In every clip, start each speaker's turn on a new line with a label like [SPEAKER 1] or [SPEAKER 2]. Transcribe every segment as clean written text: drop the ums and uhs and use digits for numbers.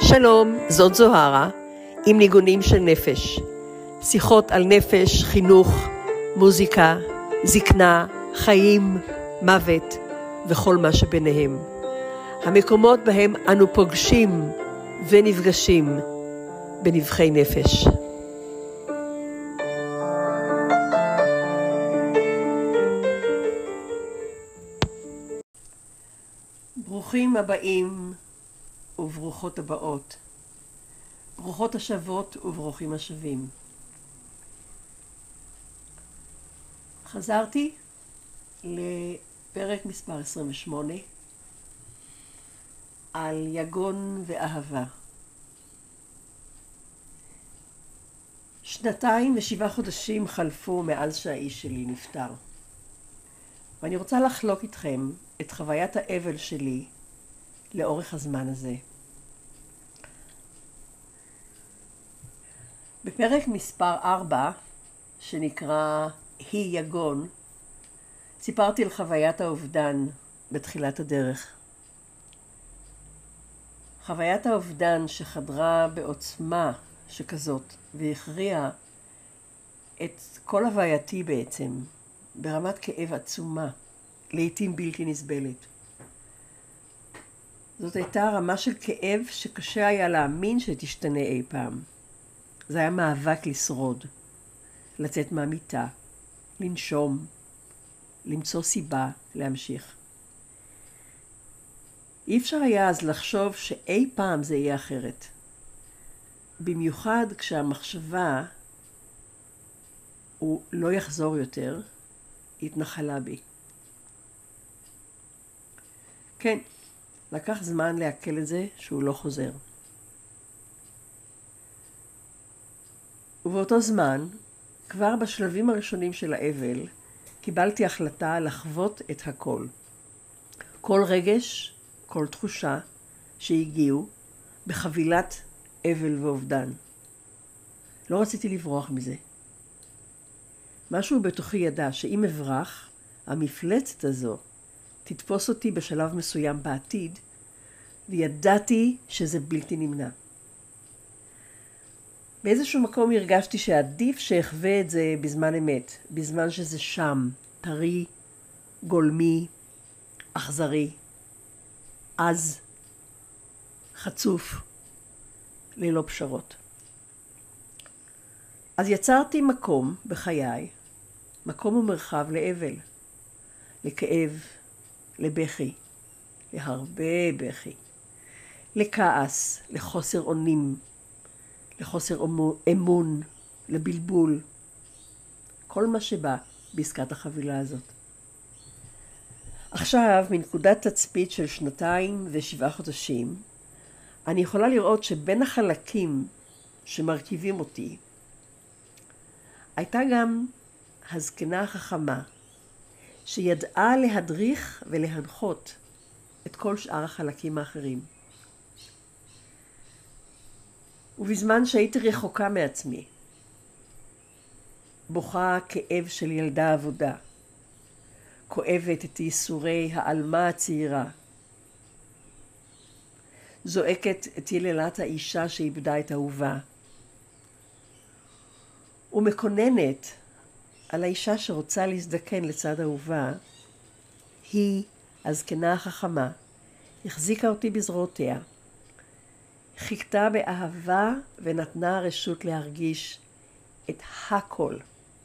[SPEAKER 1] שלום, זאת זוהרה, עם ניגונים של נפש. שיחות על נפש, חינוך, מוזיקה, זקנה, חיים, מוות וכל מה שביניהם. המקומות בהם אנו פוגשים ונפגשים בנבחי נפש. ברוכים הבאים וברוכות הבאות. ברוכות השבות וברוכים השבים. חזרתי לפרק מספר 28 על יגון ואהבה. 2 ו7 חודשים חלפו מאז שהאיש שלי נפטר. ואני רוצה לחלוק איתכם את חוויית האבל שלי לאורך הזמן הזה. בפרק מספר 4, שנקרא היא יגון, סיפרתי על חוויית האובדן בתחילת הדרך. חוויית האובדן שחדרה בעוצמה שכזאת והכריעה את כל הווייתי בעצם, ברמת כאב עצומה, לעתים בלתי נסבלת. זאת הייתה רמה של כאב שקשה היה להאמין שתשתנה אי פעם. זה היה מאבק לשרוד, לצאת מהמיטה, לנשום, למצוא סיבה להמשיך. אי אפשר היה אז לחשוב שאי פעם זה יהיה אחרת. במיוחד כשהמחשבה הוא לא יחזור יותר, התנחלה בי. כן, לקח זמן לעכל את זה שהוא לא חוזר. ובאותו זמן, כבר בשלבים הראשונים של האבל, קיבלתי החלטה לחוות את הכל. כל רגש, כל תחושה שהגיעו בחבילת אבל ואובדן. לא רציתי לברוח מזה. משהו בתוכי ידע שאם אברח, המפלצת הזו תתפוס אותי בשלב מסוים בעתיד, וידעתי שזה בלתי נמנע. באיזשהו מקום הרגשתי שעדיף שאחווה את זה בזמן אמת, בזמן שזה שם, טרי, גולמי, אכזרי, עז, חצוף, ללא פשרות. אז יצרתי מקום בחיי, מקום ומרחב לאבל, לכאב, לבכי, להרבה בכי, לכעס, לחוסר אונים, לחוסר אמון, לבלבול, כל מה שבא בעסקת החבילה הזאת. עכשיו, מנקודת תצפית של 2 ו7 חודשים, אני יכולה לראות שבין החלקים שמרכיבים אותי, הייתה גם הזקנה החכמה, שידעה להדריך ולהנחות את כל שאר החלקים האחרים. ובזמן שהייתי רחוקה מעצמי, בוכה כאב של ילדה עבודה, כואבת את ייסורי העלמה הצעירה, זועקת את יללת האישה שאיבדה את אהובה, ומקוננת על האישה שרוצה להזדקן לצד אהובה, היא, הזקנה החכמה, החזיקה אותי בזרועותיה, חיכתה באהבה ונתנה רשות להרגיש את הכל.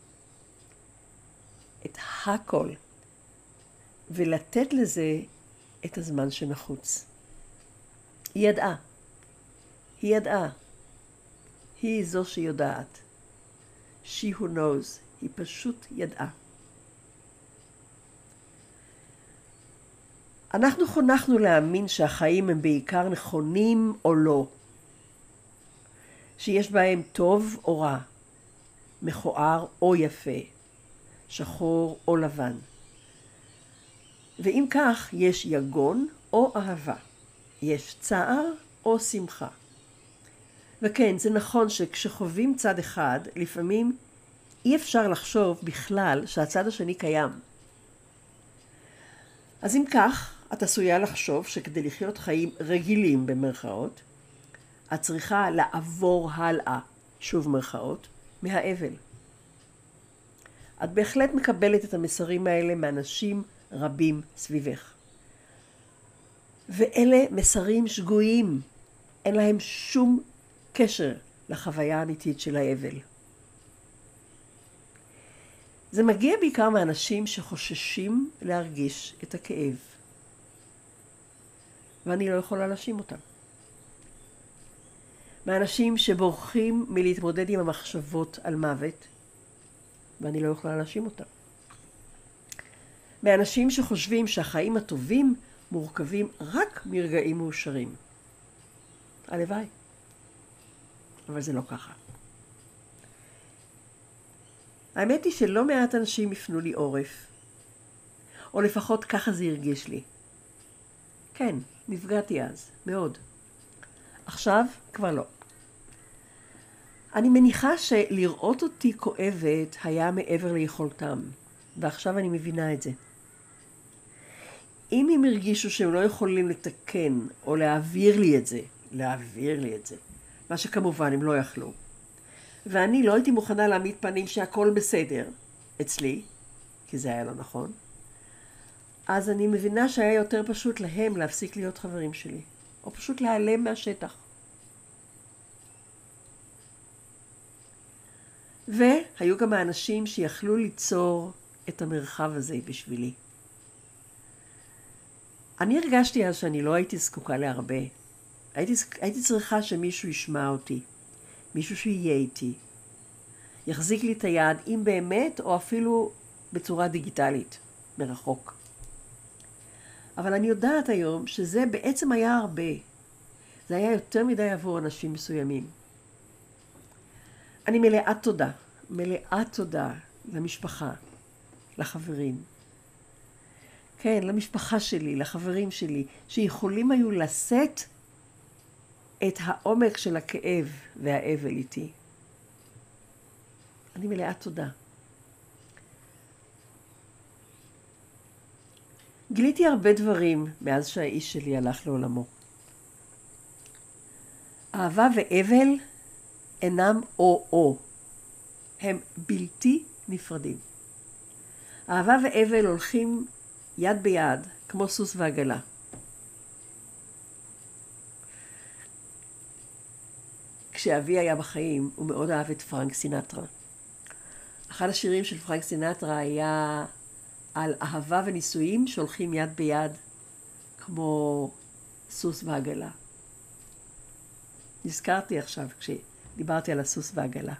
[SPEAKER 1] את הכל. ולתת לזה את הזמן שנחוץ. היא ידעה. היא ידעה. היא זו שיודעת. She who knows. היא פשוט ידעה. אנחנו חונכנו להאמין שהחיים הם בעיקר נכונים או לא. שיש בהם טוב או רע, מכוער או יפה, שחור או לבן. ואם כך, יש יגון או אהבה, יש צער או שמחה. וכן, זה נכון שכשחווים צד אחד, לפעמים אי אפשר לחשוב בכלל שהצד השני קיים. אז אם כך, את עשויה לחשוב שכדי לחיות חיים רגילים במרכאות, את צריכה לעבור הלאה, שוב מרכאות, מהאבל. את בהחלט מקבלת את המסרים האלה מאנשים רבים סביבך. ואלה מסרים שגויים, אין להם שום קשר לחוויה האמיתית של האבל. זה מגיע בעיקר מאנשים שחוששים להרגיש את הכאב. ואני לא יכולה להאשים אותם. מאנשים שבורחים מלהתמודד עם המחשבות על מוות, ואני לא יכולה להאשים אותם. מאנשים שחושבים שהחיים הטובים מורכבים רק מרגעים מאושרים. הלוואי. אבל זה לא ככה. האמת היא שלא מעט אנשים יפנו לי עורף, או לפחות ככה זה הרגיש לי. כן, נפגעתי אז, מאוד. עכשיו כבר לא. אני מניחה שלראות אותי כואבת היה מעבר ליכולתם, ועכשיו אני מבינה את זה. אם הם הרגישו שהם לא יכולים לתקן או להעביר לי את זה, מה שכמובן הם לא יכלו, ואני לא הייתי מוכנה להעמיד פנים שהכל בסדר אצלי, כי זה היה לא נכון, אז אני מבינה שהיה יותר פשוט להם להפסיק להיות חברים שלי, או פשוט להיעלם מהשטח. והיו גם האנשים שיכלו ליצור את המרחב הזה בשבילי. אני הרגשתי אז שאני לא הייתי זקוקה להרבה. הייתי צריכה שמישהו ישמע אותי, מישהו שיהיה איתי, יחזיק לי את היד, אם באמת, או אפילו בצורה דיגיטלית, מרחוק. אבל אני יודעת היום שזה בעצם היה הרבה. זה היה יותר מדי עבור אנשים מסוימים. אני מלאת תודה למשפחה, לחברים. כן, למשפחה שלי, לחברים שלי, שיכולים היו לשאת את העומק של הכאב והאבל איתי. אני מלאת תודה. גיליתי הרבה דברים מאז שהאיש שלי הלך לעולמו. אהבה ואבל אינם או. הם בלתי נפרדים. אהבה ואבל הולכים יד ביד, כמו סוס ועגלה. כשאבי היה בחיים, הוא מאוד אהב את פרנק סינטרה. אחד השירים של פרנק סינטרה היה על אהבה ונישואים שהולכים יד ביד, כמו סוס ועגלה. נזכרתי עכשיו כשדיברתי על הסוס ועגלה.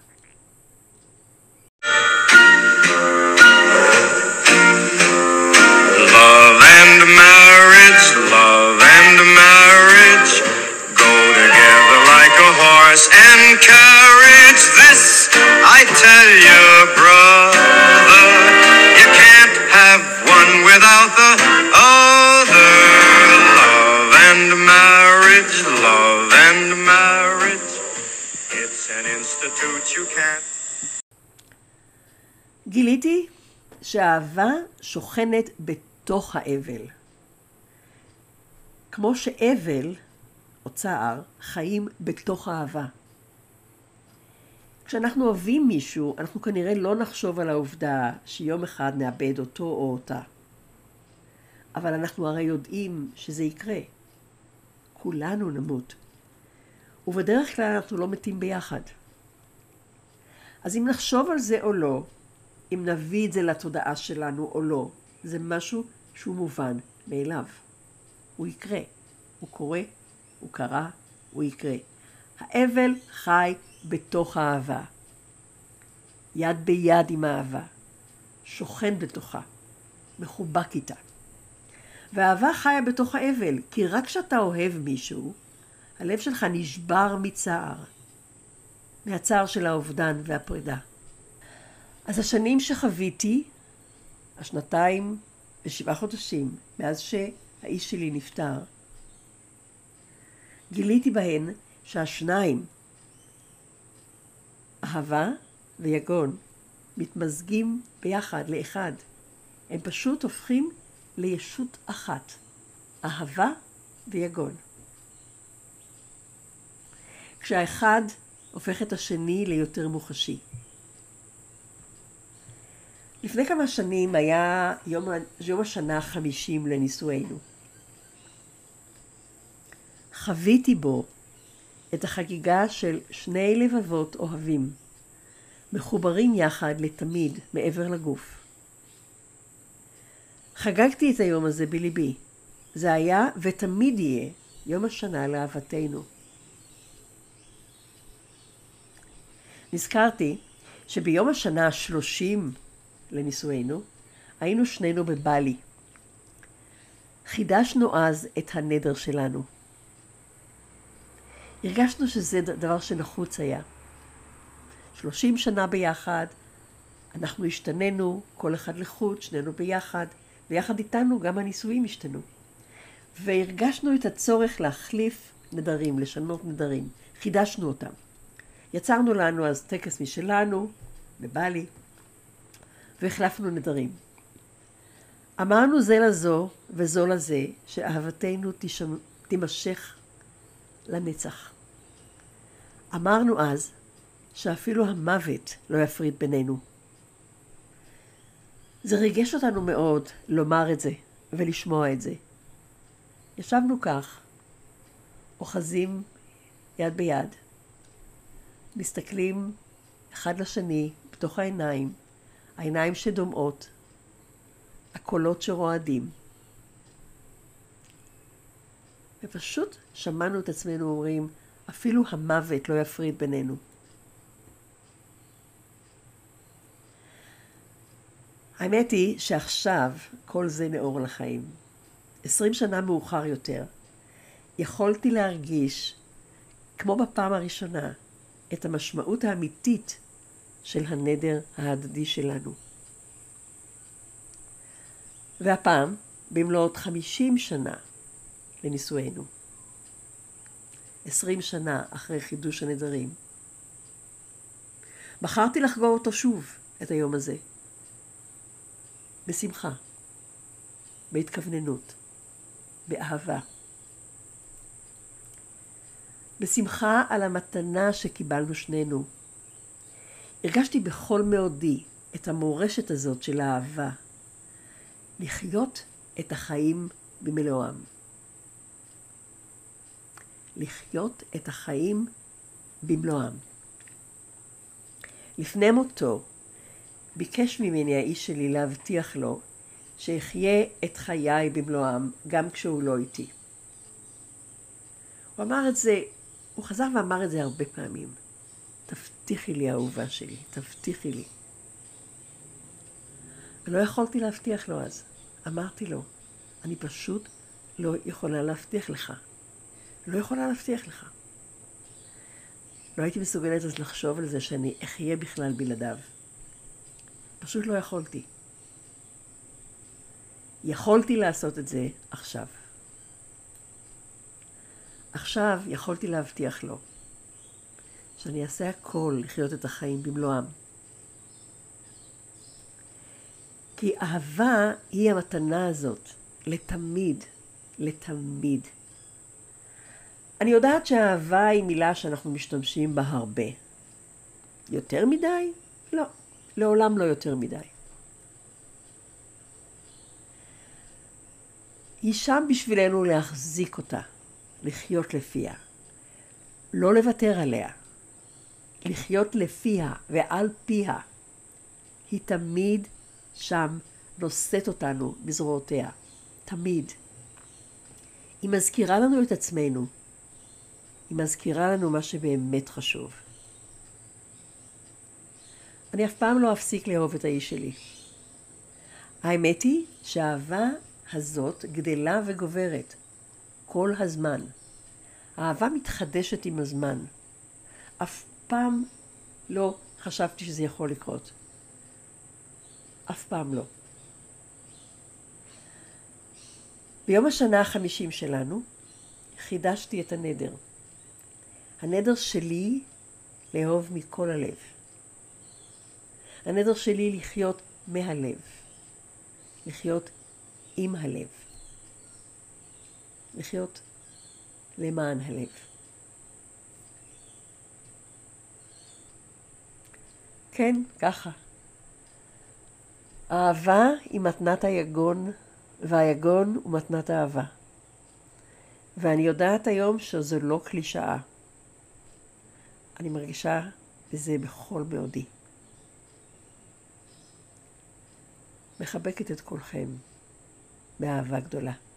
[SPEAKER 2] Love and marriage go together like a horse and carriage. This I tell you, brother, you can't have one without the other. Love and marriage, it's an institute you can't.
[SPEAKER 1] גיליתי שהאהבה שוכנת בתוך האבל. כמו שאבל או צער חיים בתוך אהבה. כשאנחנו אוהבים מישהו, אנחנו כנראה לא נחשוב על העובדה שיום אחד נאבד אותו או אותה. אבל אנחנו הרי יודעים שזה יקרה. כולנו נמות. ובדרך כלל אנחנו לא מתים ביחד. אז אם נחשוב על זה או לא, אם נביא את זה לתודעה שלנו או לא, זה משהו שהוא מובן מאליו. הוא יקרה, הוא קורה, הוא קרה, הוא יקרה. האבל חי בתוך האהבה. יד ביד עם האהבה. שוכן בתוכה. מחובק איתה. והאהבה חיה בתוך האבל, כי רק כשאתה אוהב מישהו, הלב שלך נשבר מצער. מהצער של האובדן והפרידה. אז השנים שחוויתי, 2 ו7 חודשים, מאז שהאיש שלי נפטר, גיליתי בהן שהשניים, אהבה ויגון, מתמזגים ביחד לאחד. הם פשוט הופכים לישות אחת. אהבה ויגון. כשהאחד הופך את השני ליותר מוחשי. לפני כמה שנים היה יום השנה ה-50 לנישואינו. חוויתי בו את החגיגה של שני לבבות אוהבים, מחוברים יחד לתמיד מעבר לגוף. חגגתי את היום הזה בליבי. זה היה ותמיד יהיה יום השנה לאהבתנו. נזכרתי שביום השנה ה-30 לנישואינו היינו שנינו בבלי. חידשנו אז את הנדר שלנו. הרגשנו שזה דבר שנחוץ היה. 30 שנה ביחד, אנחנו השתננו, כל אחד לחוד, שנינו ביחד, ויחד איתנו גם הנישואים השתנו. והרגשנו את הצורך להחליף נדרים, לשנות נדרים. חידשנו אותם. יצרנו לנו אז טקס משלנו, בבלי, והחלפנו נדרים. אמרנו זה לזו וזו לזה שאהבתנו תימשך לנצח. אמרנו אז שאפילו המוות לא יפריד בינינו. זה ריגש אותנו מאוד לומר את זה ולשמוע את זה. ישבנו כך, אוחזים יד ביד, מסתכלים אחד לשני בתוך העיניים, העיניים שדומעות, הקולות שרועדים. ופשוט שמענו את עצמנו אומרים, אפילו המוות לא יפריד בינינו. האמת היא שעכשיו כל זה נאור לחיים. 20 שנה מאוחר יותר, יכולתי להרגיש, כמו בפעם הראשונה, את המשמעות האמיתית של הנדר ההדדי שלנו. והפעם, במלאות 50 שנה לנישואינו, 20 שנה אחרי חידוש הנדרים, בחרתי לחגוג אותו שוב, את היום הזה. בשמחה, בהתכווננות, באהבה. בשמחה על המתנה שקיבלנו שנינו. הרגשתי בכל מאודי את המורשת הזאת של האהבה. לחיות את החיים במלואם. לחיות את החיים במלואם. לפני מותו, ביקש ממני האיש שלי להבטיח לו שאחיה את חיי במלואם גם כשהוא לא איתי. הוא אמר את זה, הוא חזר ואמר את זה הרבה פעמים. תבטיחי לי אהובה שלי, תבטיחי לי. ולא יכולתי להבטיח לו אז. אמרתי לו, אני פשוט לא יכולה להבטיח לך. לא יכולה להבטיח לך. לא הייתי מסוגלת אז לחשוב על זה שאני אחיה בכלל בלעדיו. פשוט לא יכולתי. יכולתי לעשות את זה עכשיו. עכשיו יכולתי להבטיח לו שאני אעשה הכל לחיות את החיים במלואם. כי אהבה היא המתנה הזאת, לתמיד, לתמיד. אני יודעת שהאהבה היא מילה שאנחנו משתמשים בה הרבה. יותר מדי? לא, לעולם לא יותר מדי. היא שם בשבילנו להחזיק אותה, לחיות לפיה. לא לוותר עליה, לחיות לפיה ועל פיה. היא תמיד שם נושאת אותנו בזרועותיה, תמיד. היא מזכירה לנו את עצמנו, היא מזכירה לנו מה שבאמת חשוב. אני אף פעם לא אפסיק לאהוב את האיש שלי. האמת היא שהאהבה הזאת גדלה וגוברת כל הזמן. האהבה מתחדשת עם הזמן. אף פעם לא חשבתי שזה יכול לקרות. אף פעם לא. ביום השנה ה-50 שלנו חידשתי את הנדר. הנדר שלי לאהוב מכל הלב. הנדר שלי לחיות מהלב. לחיות עם הלב. לחיות למען הלב. כן, ככה. האהבה היא מתנת היגון, והיגון הוא מתנת האהבה. ואני יודעת היום שזו לא קלישאה. אני מרגישה בזה בכל מאודי. מחבקת את כולכם באהבה גדולה.